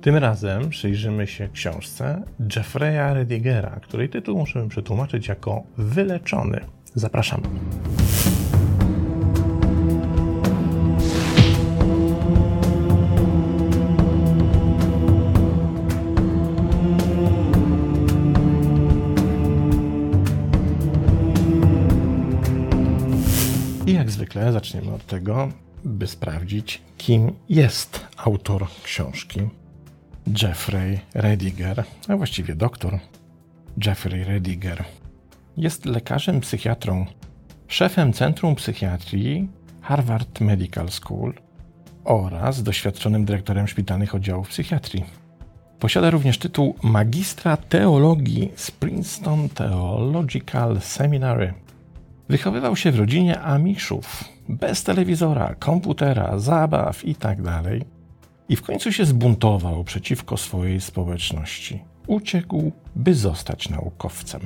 Tym razem przyjrzymy się książce Jeffreya Redigera, której tytuł możemy przetłumaczyć jako Wyleczony. Zapraszamy. I jak zwykle zaczniemy od tego, by sprawdzić, kim jest autor książki. Jeffrey Rediger, a właściwie doktor Jeffrey Rediger. Jest lekarzem psychiatrą, szefem Centrum Psychiatrii Harvard Medical School oraz doświadczonym dyrektorem szpitalnych oddziałów psychiatrii. Posiada również tytuł magistra teologii z Princeton Theological Seminary. Wychowywał się w rodzinie Amishów, bez telewizora, komputera, zabaw itd. I w końcu się zbuntował przeciwko swojej społeczności. Uciekł, by zostać naukowcem.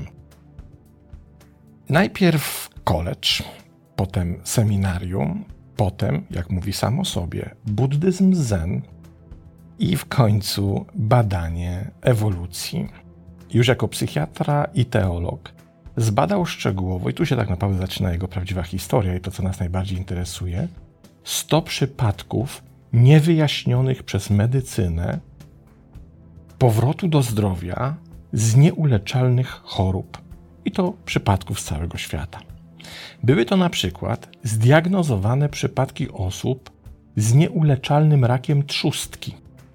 Najpierw college, potem seminarium, potem, jak mówi sam o sobie, buddyzm zen i w końcu badanie ewolucji. Już jako psychiatra i teolog zbadał szczegółowo, i tu się tak naprawdę zaczyna jego prawdziwa historia i to, co nas najbardziej interesuje, 100 przypadków niewyjaśnionych przez medycynę powrotu do zdrowia z nieuleczalnych chorób. I to przypadków z całego świata. Były to na przykład zdiagnozowane przypadki osób z nieuleczalnym rakiem trzustki,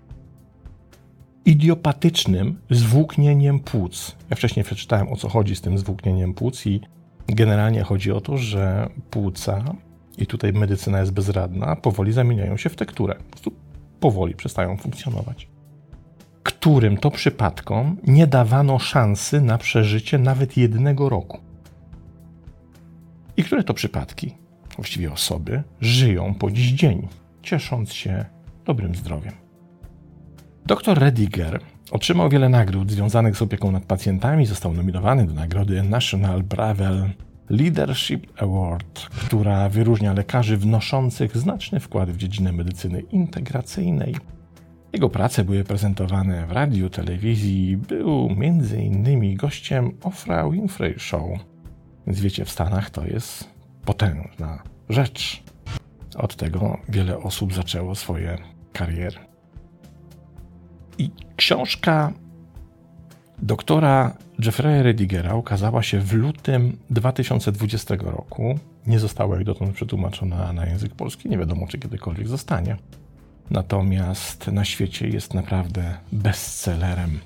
idiopatycznym zwłóknieniem płuc. Ja wcześniej przeczytałem, o co chodzi z tym zwłóknieniem płuc i generalnie chodzi o to, że płuca, i tutaj medycyna jest bezradna, powoli zamieniają się w tekturę. Po prostu powoli przestają funkcjonować. Którym to przypadkom nie dawano szansy na przeżycie nawet jednego roku. I które to przypadki, właściwie osoby, żyją po dziś dzień, ciesząc się dobrym zdrowiem. Dr Rediger otrzymał wiele nagród związanych z opieką nad pacjentami. Został nominowany do nagrody National Bravel Leadership Award, która wyróżnia lekarzy wnoszących znaczny wkład w dziedzinę medycyny integracyjnej. Jego prace były prezentowane w radiu, telewizji, był m.in. gościem Oprah Winfrey Show. Więc wiecie, w Stanach to jest potężna rzecz. Od tego wiele osób zaczęło swoje kariery. I książka doktora Jeffreya Redigera ukazała się w lutym 2020 roku. Nie została jak dotąd przetłumaczona na język polski. Nie wiadomo, czy kiedykolwiek zostanie. Natomiast na świecie jest naprawdę bestsellerem,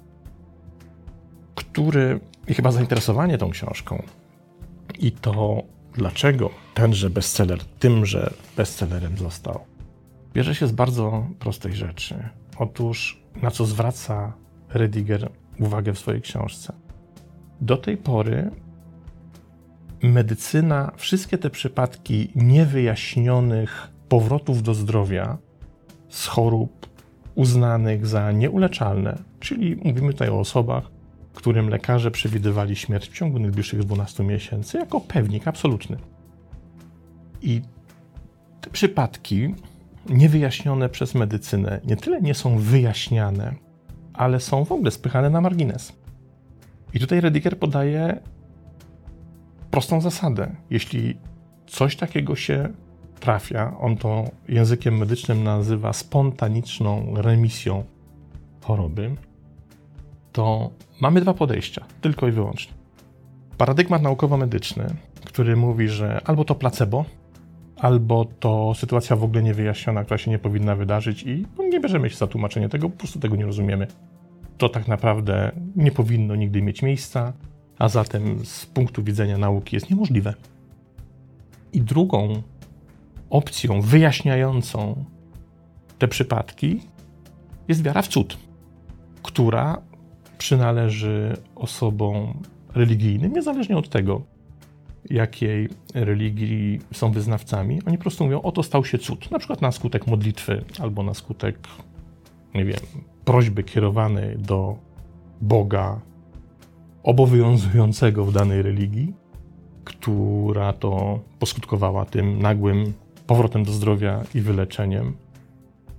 który i chyba zainteresowanie tą książką i to, dlaczego tenże bestseller tymże bestsellerem został, bierze się z bardzo prostej rzeczy. Otóż, na co zwraca Rediger uwagę w swojej książce. Do tej pory medycyna, wszystkie te przypadki niewyjaśnionych powrotów do zdrowia z chorób uznanych za nieuleczalne, czyli mówimy tutaj o osobach, którym lekarze przewidywali śmierć w ciągu najbliższych 12 miesięcy jako pewnik absolutny. I te przypadki niewyjaśnione przez medycynę nie tyle nie są wyjaśniane, ale są w ogóle spychane na margines. I tutaj Rediger podaje prostą zasadę. Jeśli coś takiego się trafia, on to językiem medycznym nazywa spontaniczną remisją choroby, to mamy dwa podejścia, tylko i wyłącznie. Paradygmat naukowo-medyczny, który mówi, że albo to placebo, albo to sytuacja w ogóle niewyjaśniona, która się nie powinna wydarzyć i nie bierzemy się za tłumaczenie tego, po prostu tego nie rozumiemy. To tak naprawdę nie powinno nigdy mieć miejsca, a zatem z punktu widzenia nauki jest niemożliwe. I drugą opcją wyjaśniającą te przypadki jest wiara w cud, która przynależy osobom religijnym, niezależnie od tego, jakiej religii są wyznawcami. Oni po prostu mówią, oto stał się cud, na przykład na skutek modlitwy albo na skutek, nie wiem, prośby kierowanej do Boga obowiązującego w danej religii, która to poskutkowała tym nagłym powrotem do zdrowia i wyleczeniem.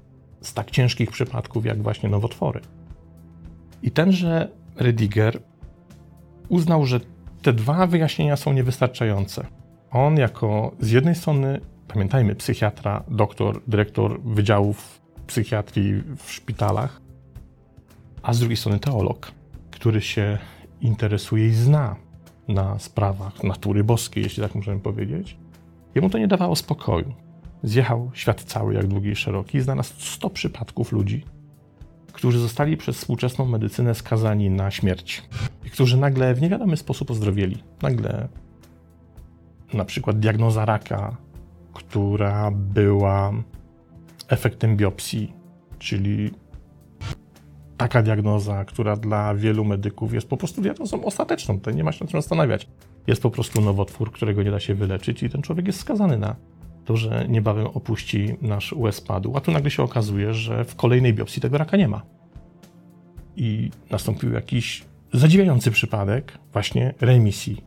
z tak ciężkich przypadków jak właśnie nowotwory. I tenże Rediger uznał, że te dwa wyjaśnienia są niewystarczające. On jako z jednej strony, pamiętajmy, psychiatra, doktor, dyrektor wydziałów psychiatrii w szpitalach, a z drugiej strony teolog, który się interesuje i zna na sprawach natury boskiej, jeśli tak możemy powiedzieć. Jemu to nie dawało spokoju. Zjechał świat cały, jak długi i szeroki, i znalazł 100 przypadków ludzi, którzy zostali przez współczesną medycynę skazani na śmierć i którzy nagle w niewiadomy sposób ozdrowieli. Nagle na przykład diagnoza raka, która była efektem biopsji, czyli taka diagnoza, która dla wielu medyków jest po prostu diagnozą ostateczną. Tutaj nie ma się nad czym zastanawiać. Jest po prostu nowotwór, którego nie da się wyleczyć i ten człowiek jest skazany na to, że niebawem opuści nasz łez-padu. A tu nagle się okazuje, że w kolejnej biopsji tego raka nie ma. I nastąpił jakiś zadziwiający przypadek właśnie remisji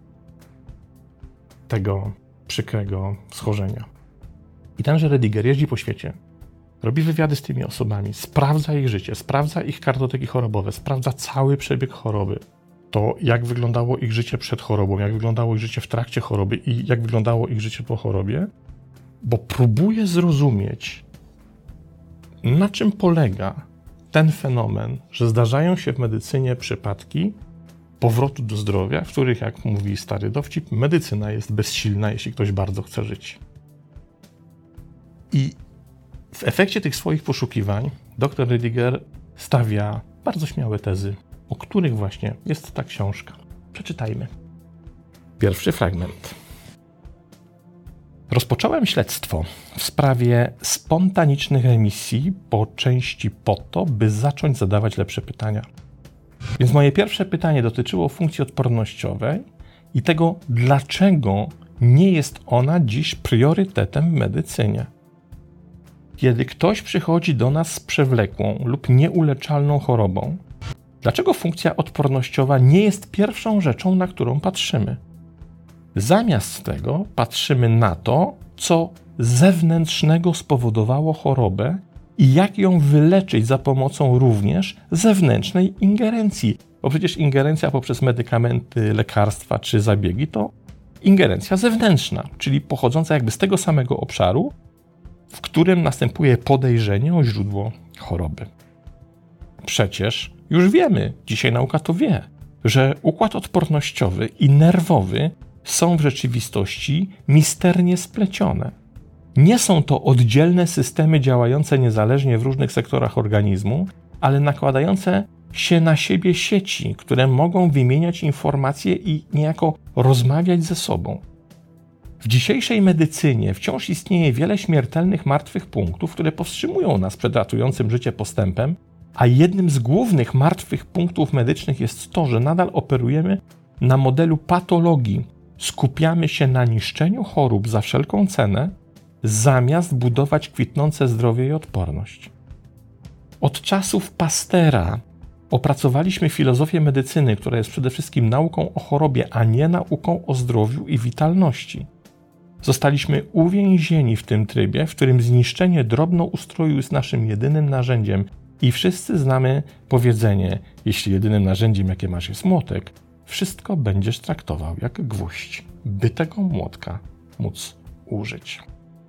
tego przykrego schorzenia. I tenże Rediger jeździ po świecie, robi wywiady z tymi osobami, sprawdza ich życie, sprawdza ich kartoteki chorobowe, sprawdza cały przebieg choroby. To, jak wyglądało ich życie przed chorobą, jak wyglądało ich życie w trakcie choroby i jak wyglądało ich życie po chorobie, bo próbuje zrozumieć, na czym polega ten fenomen, że zdarzają się w medycynie przypadki powrotu do zdrowia, w których, jak mówi stary dowcip, medycyna jest bezsilna, jeśli ktoś bardzo chce żyć. I w efekcie tych swoich poszukiwań dr Rediger stawia bardzo śmiałe tezy, o których właśnie jest ta książka. Przeczytajmy. Pierwszy fragment. Rozpocząłem śledztwo w sprawie spontanicznych remisji po części po to, by zacząć zadawać lepsze pytania. Więc moje pierwsze pytanie dotyczyło funkcji odpornościowej i tego, dlaczego nie jest ona dziś priorytetem w medycynie. Kiedy ktoś przychodzi do nas z przewlekłą lub nieuleczalną chorobą, dlaczego funkcja odpornościowa nie jest pierwszą rzeczą, na którą patrzymy? Zamiast tego patrzymy na to, co zewnętrznego spowodowało chorobę i jak ją wyleczyć za pomocą również zewnętrznej ingerencji. Bo przecież ingerencja poprzez medykamenty, lekarstwa czy zabiegi to ingerencja zewnętrzna, czyli pochodząca jakby z tego samego obszaru, w którym następuje podejrzenie o źródło choroby. Przecież już wiemy, dzisiaj nauka to wie, że układ odpornościowy i nerwowy są w rzeczywistości misternie splecione. Nie są to oddzielne systemy działające niezależnie w różnych sektorach organizmu, ale nakładające się na siebie sieci, które mogą wymieniać informacje i niejako rozmawiać ze sobą. W dzisiejszej medycynie wciąż istnieje wiele śmiertelnych martwych punktów, które powstrzymują nas przed ratującym życie postępem, a jednym z głównych martwych punktów medycznych jest to, że nadal operujemy na modelu patologii. Skupiamy się na niszczeniu chorób za wszelką cenę, zamiast budować kwitnące zdrowie i odporność. Od czasów Pastera opracowaliśmy filozofię medycyny, która jest przede wszystkim nauką o chorobie, a nie nauką o zdrowiu i witalności. Zostaliśmy uwięzieni w tym trybie, w którym zniszczenie drobnoustroju jest naszym jedynym narzędziem i wszyscy znamy powiedzenie: jeśli jedynym narzędziem, jakie masz, jest młotek, wszystko będziesz traktował jak gwóźdź, by tego młotka móc użyć.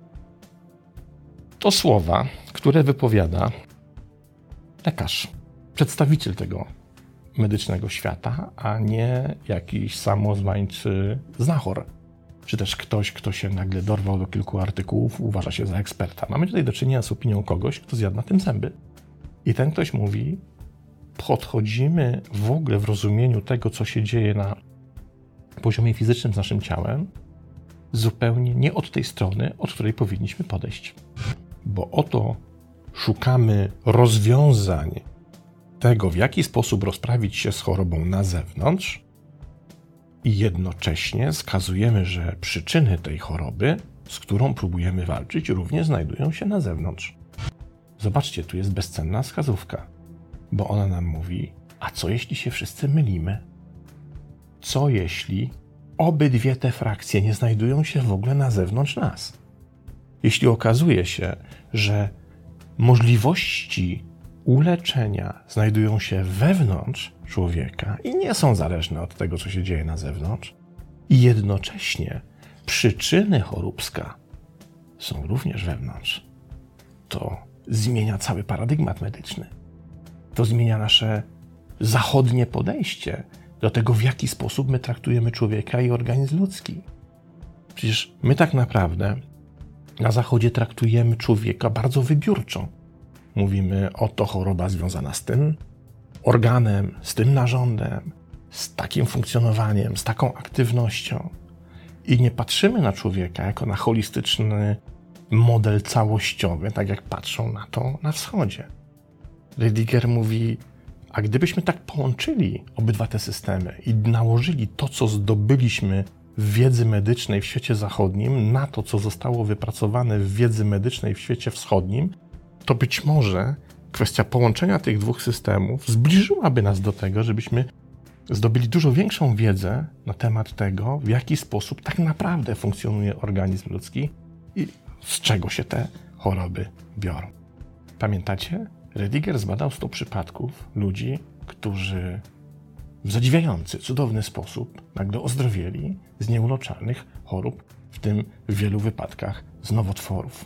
To słowa, które wypowiada lekarz, przedstawiciel tego medycznego świata, a nie jakiś samozwańczy znachor, czy też ktoś, kto się nagle dorwał do kilku artykułów, uważa się za eksperta. Mamy tutaj do czynienia z opinią kogoś, kto zjadł na tym zęby. I ten ktoś mówi: podchodzimy w ogóle w rozumieniu tego, co się dzieje na poziomie fizycznym z naszym ciałem, zupełnie nie od tej strony, od której powinniśmy podejść. Bo oto szukamy rozwiązań tego, w jaki sposób rozprawić się z chorobą na zewnątrz i jednocześnie wskazujemy, że przyczyny tej choroby, z którą próbujemy walczyć, również znajdują się na zewnątrz. Zobaczcie, tu jest bezcenna wskazówka, bo ona nam mówi: a co jeśli się wszyscy mylimy? Co jeśli obydwie te frakcje nie znajdują się w ogóle na zewnątrz nas? Jeśli okazuje się, że możliwości uleczenia znajdują się wewnątrz człowieka i nie są zależne od tego, co się dzieje na zewnątrz. I jednocześnie przyczyny choróbska są również wewnątrz. To zmienia cały paradygmat medyczny. To zmienia nasze zachodnie podejście do tego, w jaki sposób my traktujemy człowieka i organizm ludzki. Przecież my tak naprawdę na Zachodzie traktujemy człowieka bardzo wybiórczo. Mówimy, oto choroba związana z tym organem, z tym narządem, z takim funkcjonowaniem, z taką aktywnością. I nie patrzymy na człowieka jako na holistyczny model całościowy, tak jak patrzą na to na wschodzie. Rediger mówi, a gdybyśmy tak połączyli obydwa te systemy i nałożyli to, co zdobyliśmy w wiedzy medycznej w świecie zachodnim, na to, co zostało wypracowane w wiedzy medycznej w świecie wschodnim, to być może kwestia połączenia tych dwóch systemów zbliżyłaby nas do tego, żebyśmy zdobyli dużo większą wiedzę na temat tego, w jaki sposób tak naprawdę funkcjonuje organizm ludzki i z czego się te choroby biorą. Pamiętacie? Rediger zbadał 100 przypadków ludzi, którzy w zadziwiający, cudowny sposób nagle ozdrowieli z nieuleczalnych chorób, w tym w wielu wypadkach z nowotworów.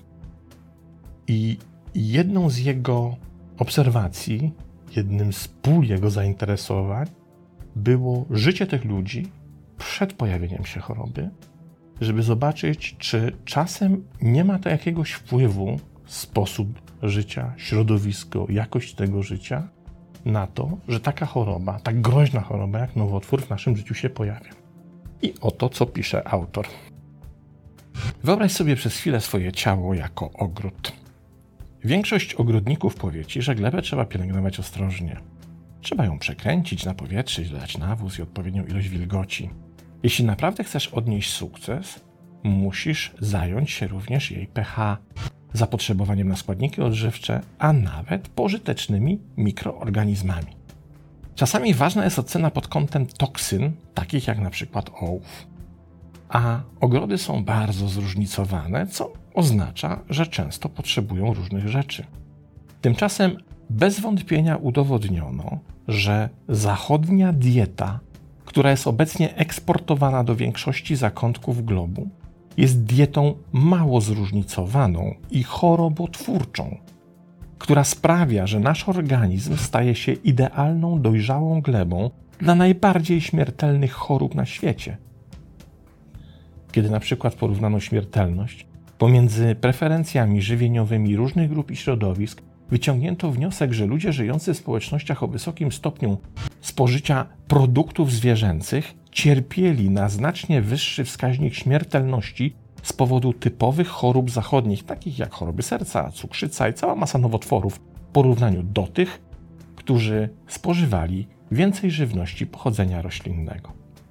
I jedną z jego obserwacji, jednym z pól jego zainteresowań było życie tych ludzi przed pojawieniem się choroby, żeby zobaczyć, czy czasem nie ma to jakiegoś wpływu, sposób życia, środowisko, jakość tego życia na to, że taka choroba, tak groźna choroba jak nowotwór w naszym życiu się pojawia. I oto, co pisze autor. Wyobraź sobie przez chwilę swoje ciało jako ogród. Większość ogrodników powie ci, że glebę trzeba pielęgnować ostrożnie. Trzeba ją przekręcić, napowietrzyć, dodać nawóz i odpowiednią ilość wilgoci. Jeśli naprawdę chcesz odnieść sukces, musisz zająć się również jej pH, zapotrzebowaniem na składniki odżywcze, a nawet pożytecznymi mikroorganizmami. Czasami ważna jest ocena pod kątem toksyn, takich jak na przykład ołów. A ogrody są bardzo zróżnicowane, co oznacza, że często potrzebują różnych rzeczy. Tymczasem bez wątpienia udowodniono, że zachodnia dieta, która jest obecnie eksportowana do większości zakątków globu, jest dietą mało zróżnicowaną i chorobotwórczą, która sprawia, że nasz organizm staje się idealną, dojrzałą glebą dla najbardziej śmiertelnych chorób na świecie. Kiedy na przykład porównano śmiertelność pomiędzy preferencjami żywieniowymi różnych grup i środowisk, wyciągnięto wniosek, że ludzie żyjący w społecznościach o wysokim stopniu spożycia produktów zwierzęcych cierpieli na znacznie wyższy wskaźnik śmiertelności z powodu typowych chorób zachodnich, takich jak choroby serca, cukrzyca i cała masa nowotworów, w porównaniu do tych, którzy spożywali więcej żywności pochodzenia roślinnego.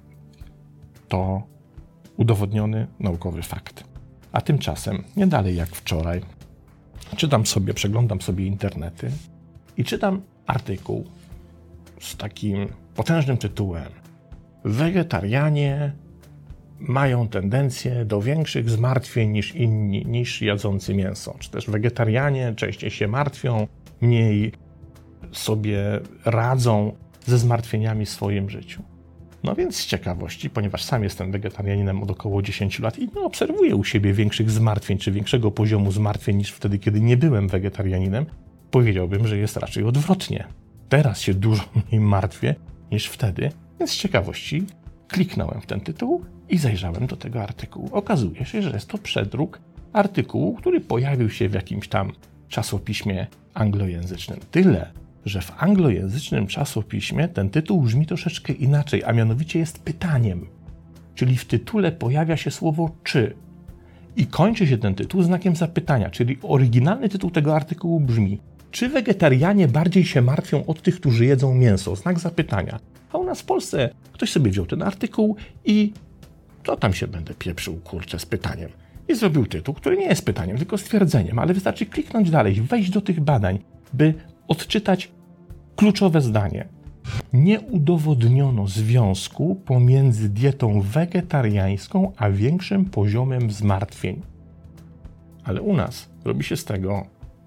To udowodniony naukowy fakt. A tymczasem, nie dalej jak wczoraj, przeglądam sobie internety i czytam artykuł z takim potężnym tytułem: Wegetarianie mają tendencję do większych zmartwień niż inni, niż jadzący mięso. Czy też wegetarianie częściej się martwią, mniej sobie radzą ze zmartwieniami w swoim życiu. No więc z ciekawości, ponieważ sam jestem wegetarianinem od około 10 lat i obserwuję u siebie większych zmartwień, czy większego poziomu zmartwień niż wtedy, kiedy nie byłem wegetarianinem, powiedziałbym, że jest raczej odwrotnie. Teraz się dużo mniej martwię niż wtedy, więc z ciekawości kliknąłem w ten tytuł i zajrzałem do tego artykułu. Okazuje się, że jest to przedruk artykułu, który pojawił się w jakimś tam czasopiśmie anglojęzycznym. Tyle, że w anglojęzycznym czasopiśmie ten tytuł brzmi troszeczkę inaczej, a mianowicie jest pytaniem. Czyli w tytule pojawia się słowo czy i kończy się ten tytuł znakiem zapytania, czyli oryginalny tytuł tego artykułu brzmi: czy wegetarianie bardziej się martwią od tych, którzy jedzą mięso? Znak zapytania. A u nas w Polsce ktoś sobie wziął ten artykuł i to tam się będę pieprzył, kurczę, z pytaniem. I zrobił tytuł, który nie jest pytaniem, tylko stwierdzeniem, ale wystarczy kliknąć dalej, wejść do tych badań, by odczytać kluczowe zdanie. Nie udowodniono związku pomiędzy dietą wegetariańską a większym poziomem zmartwień. Ale u nas robi się z tego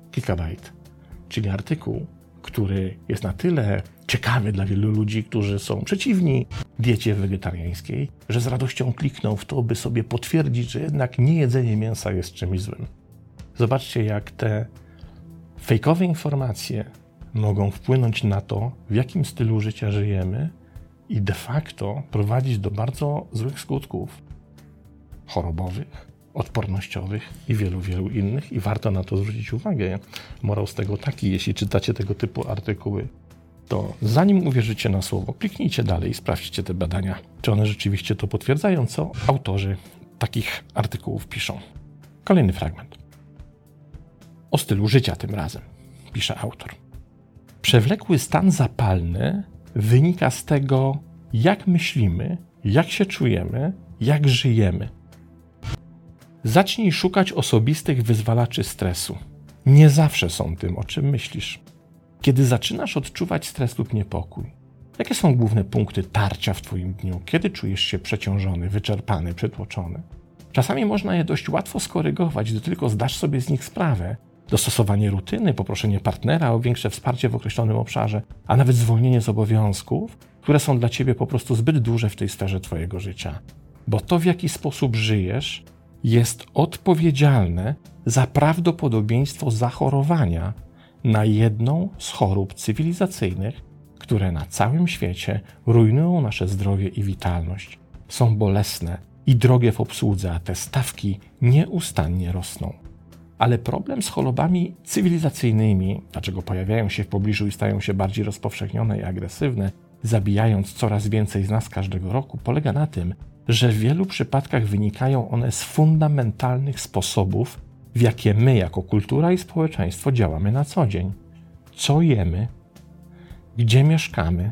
Gigabyte, czyli artykuł, który jest na tyle ciekawy dla wielu ludzi, którzy są przeciwni diecie wegetariańskiej, że z radością klikną w to, by sobie potwierdzić, że jednak niejedzenie mięsa jest czymś złym. Zobaczcie, jak te fejkowe informacje mogą wpłynąć na to, w jakim stylu życia żyjemy i de facto prowadzić do bardzo złych skutków chorobowych, odpornościowych i wielu innych i warto na to zwrócić uwagę. Morał z tego taki, jeśli czytacie tego typu artykuły, to zanim uwierzycie na słowo, kliknijcie dalej i sprawdźcie te badania, czy one rzeczywiście to potwierdzają, co autorzy takich artykułów piszą. Kolejny fragment. O stylu życia tym razem, pisze autor. Przewlekły stan zapalny wynika z tego, jak myślimy, jak się czujemy, jak żyjemy. Zacznij szukać osobistych wyzwalaczy stresu. Nie zawsze są tym, o czym myślisz. Kiedy zaczynasz odczuwać stres lub niepokój, jakie są główne punkty tarcia w Twoim dniu? Kiedy czujesz się przeciążony, wyczerpany, przytłoczony? Czasami można je dość łatwo skorygować, gdy tylko zdasz sobie z nich sprawę. Dostosowanie rutyny, poproszenie partnera o większe wsparcie w określonym obszarze, a nawet zwolnienie z obowiązków, które są dla Ciebie po prostu zbyt duże w tej sferze Twojego życia. Bo to, w jaki sposób żyjesz, jest odpowiedzialne za prawdopodobieństwo zachorowania na jedną z chorób cywilizacyjnych, które na całym świecie rujnują nasze zdrowie i witalność. Są bolesne i drogie w obsłudze, a te stawki nieustannie rosną. Ale problem z chorobami cywilizacyjnymi, dlaczego pojawiają się w pobliżu i stają się bardziej rozpowszechnione i agresywne, zabijając coraz więcej z nas każdego roku, polega na tym, że w wielu przypadkach wynikają one z fundamentalnych sposobów, w jakie my jako kultura i społeczeństwo działamy na co dzień. Co jemy, gdzie mieszkamy,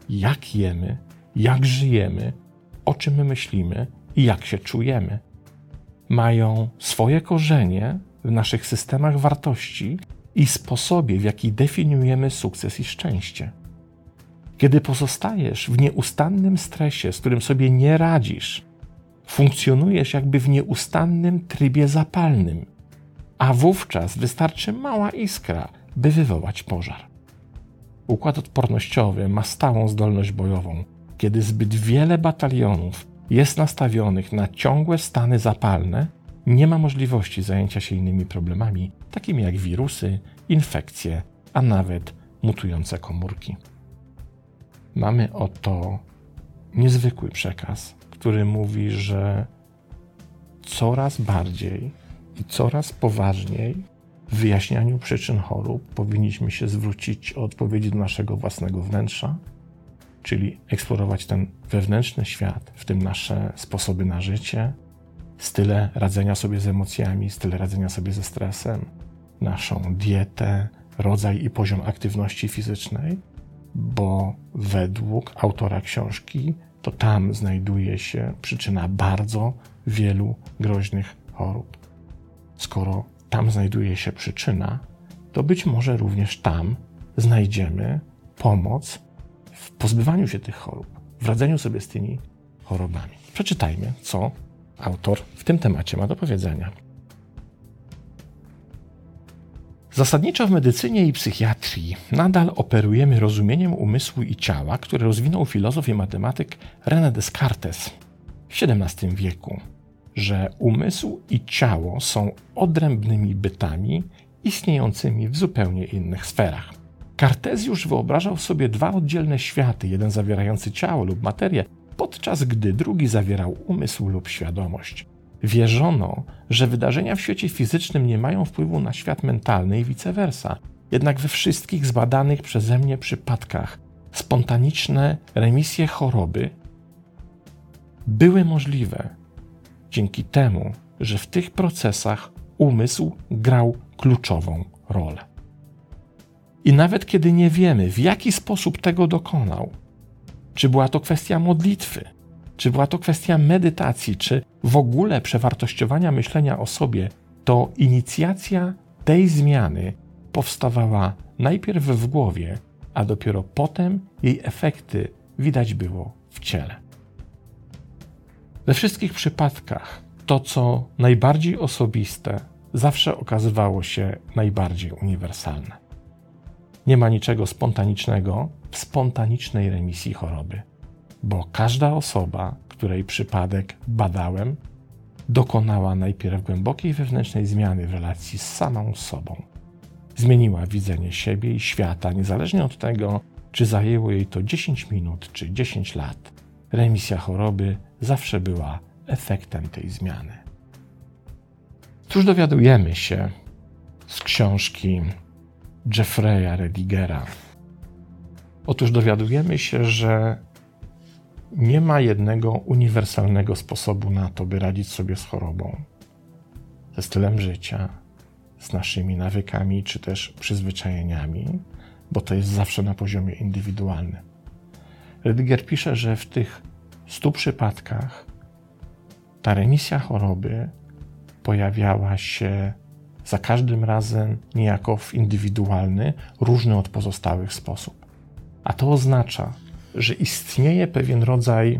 jak żyjemy, o czym myślimy i jak się czujemy. Mają swoje korzenie w naszych systemach wartości i sposobie, w jaki definiujemy sukces i szczęście. Kiedy pozostajesz w nieustannym stresie, z którym sobie nie radzisz, funkcjonujesz jakby w nieustannym trybie zapalnym, a wówczas wystarczy mała iskra, by wywołać pożar. Układ odpornościowy ma stałą zdolność bojową. Kiedy zbyt wiele batalionów jest nastawionych na ciągłe stany zapalne, nie ma możliwości zajęcia się innymi problemami, takimi jak wirusy, infekcje, a nawet mutujące komórki. Mamy oto niezwykły przekaz, który mówi, że coraz bardziej i coraz poważniej w wyjaśnianiu przyczyn chorób powinniśmy się zwrócić o odpowiedzi do naszego własnego wnętrza, czyli eksplorować ten wewnętrzny świat, w tym nasze sposoby na życie, style radzenia sobie z emocjami, style radzenia sobie ze stresem, naszą dietę, rodzaj i poziom aktywności fizycznej, bo według autora książki to tam znajduje się przyczyna bardzo wielu groźnych chorób. Skoro tam znajduje się przyczyna, to być może również tam znajdziemy pomoc w pozbywaniu się tych chorób, w radzeniu sobie z tymi chorobami. Przeczytajmy, co autor w tym temacie ma do powiedzenia. Zasadniczo w medycynie i psychiatrii nadal operujemy rozumieniem umysłu i ciała, które rozwinął filozof i matematyk René Descartes w XVII wieku, że umysł i ciało są odrębnymi bytami istniejącymi w zupełnie innych sferach. Kartezjusz wyobrażał sobie dwa oddzielne światy, jeden zawierający ciało lub materię, podczas gdy drugi zawierał umysł lub świadomość. Wierzono, że wydarzenia w świecie fizycznym nie mają wpływu na świat mentalny i vice versa. Jednak we wszystkich zbadanych przeze mnie przypadkach spontaniczne remisje choroby były możliwe dzięki temu, że w tych procesach umysł grał kluczową rolę. I nawet kiedy nie wiemy, w jaki sposób tego dokonał, czy była to kwestia modlitwy, czy była to kwestia medytacji, czy w ogóle przewartościowania myślenia o sobie, to inicjacja tej zmiany powstawała najpierw w głowie, a dopiero potem jej efekty widać było w ciele. We wszystkich przypadkach to, co najbardziej osobiste, zawsze okazywało się najbardziej uniwersalne. Nie ma niczego spontanicznego w spontanicznej remisji choroby, bo każda osoba, której przypadek badałem, dokonała najpierw głębokiej wewnętrznej zmiany w relacji z samą sobą. Zmieniła widzenie siebie i świata, niezależnie od tego, czy zajęło jej to 10 minut czy 10 lat. Remisja choroby zawsze była efektem tej zmiany. Cóż dowiadujemy się z książki Jeffreya Redigera? Otóż dowiadujemy się, że nie ma jednego uniwersalnego sposobu na to, by radzić sobie z chorobą, ze stylem życia, z naszymi nawykami czy też przyzwyczajeniami, bo to jest zawsze na poziomie indywidualnym. Rediger pisze, że w tych 100 przypadkach ta remisja choroby pojawiała się za każdym razem niejako w indywidualny, różny od pozostałych sposób. A to oznacza, że istnieje pewien rodzaj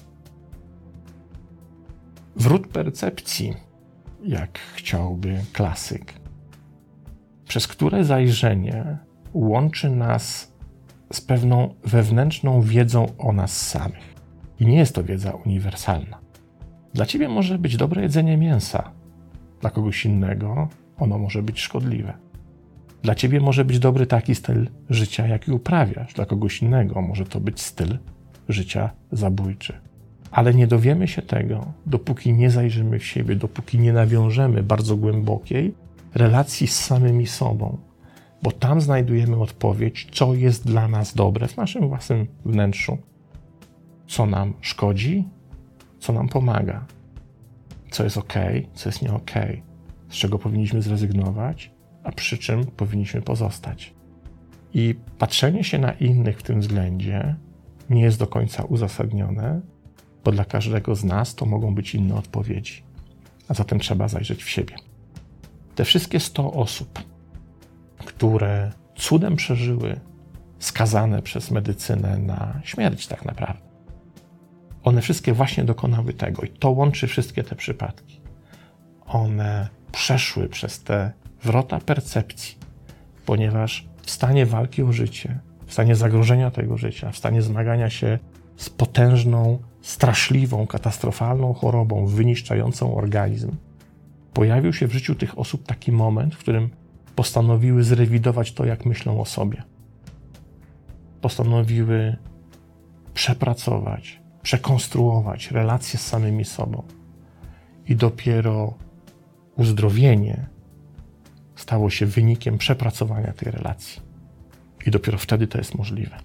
wrót percepcji, jak chciałby klasyk, przez które zajrzenie łączy nas z pewną wewnętrzną wiedzą o nas samych. I nie jest to wiedza uniwersalna. Dla ciebie może być dobre jedzenie mięsa, dla kogoś innego ono może być szkodliwe. Dla ciebie może być dobry taki styl życia, jaki uprawiasz. Dla kogoś innego może to być styl życia zabójczy. Ale nie dowiemy się tego, dopóki nie zajrzymy w siebie, dopóki nie nawiążemy bardzo głębokiej relacji z samymi sobą. Bo tam znajdujemy odpowiedź, co jest dla nas dobre w naszym własnym wnętrzu. Co nam szkodzi, co nam pomaga. Co jest okej, co jest nie okej. Z czego powinniśmy zrezygnować, a przy czym powinniśmy pozostać. I patrzenie się na innych w tym względzie nie jest do końca uzasadnione, bo dla każdego z nas to mogą być inne odpowiedzi. A zatem trzeba zajrzeć w siebie. Te wszystkie 100 osób, które cudem przeżyły skazane przez medycynę na śmierć tak naprawdę, one wszystkie właśnie dokonały tego i to łączy wszystkie te przypadki. One przeszły przez te wrota percepcji, ponieważ w stanie walki o życie, w stanie zagrożenia tego życia, w stanie zmagania się z potężną, straszliwą, katastrofalną chorobą wyniszczającą organizm, pojawił się w życiu tych osób taki moment, w którym postanowiły zrewidować to, jak myślą o sobie. Postanowiły przepracować, przekonstruować relacje z samymi sobą. I dopiero uzdrowienie stało się wynikiem przepracowania tej relacji. I dopiero wtedy to jest możliwe.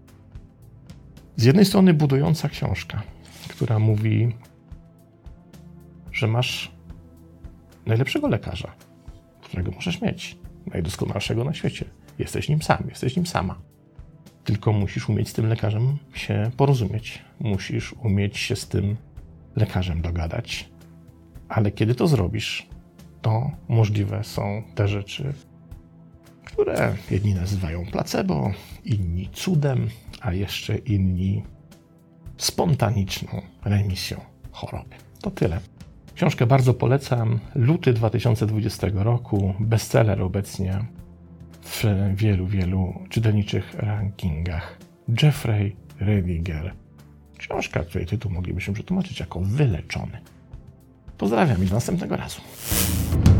Z jednej strony budująca książka, która mówi, że masz najlepszego lekarza, którego możesz mieć, najdoskonalszego na świecie. Jesteś nim sam, jesteś nim sama. Tylko musisz umieć z tym lekarzem się porozumieć. Musisz umieć się z tym lekarzem dogadać. Ale kiedy to zrobisz, to możliwe są te rzeczy, które jedni nazywają placebo, inni cudem, a jeszcze inni spontaniczną remisją choroby. To tyle. Książkę bardzo polecam. Luty 2020 roku. Bestseller obecnie w wielu czytelniczych rankingach. Jeffrey Rediger. Książka, której tytuł moglibyśmy przetłumaczyć jako Wyleczony. Pozdrawiam i do następnego razu.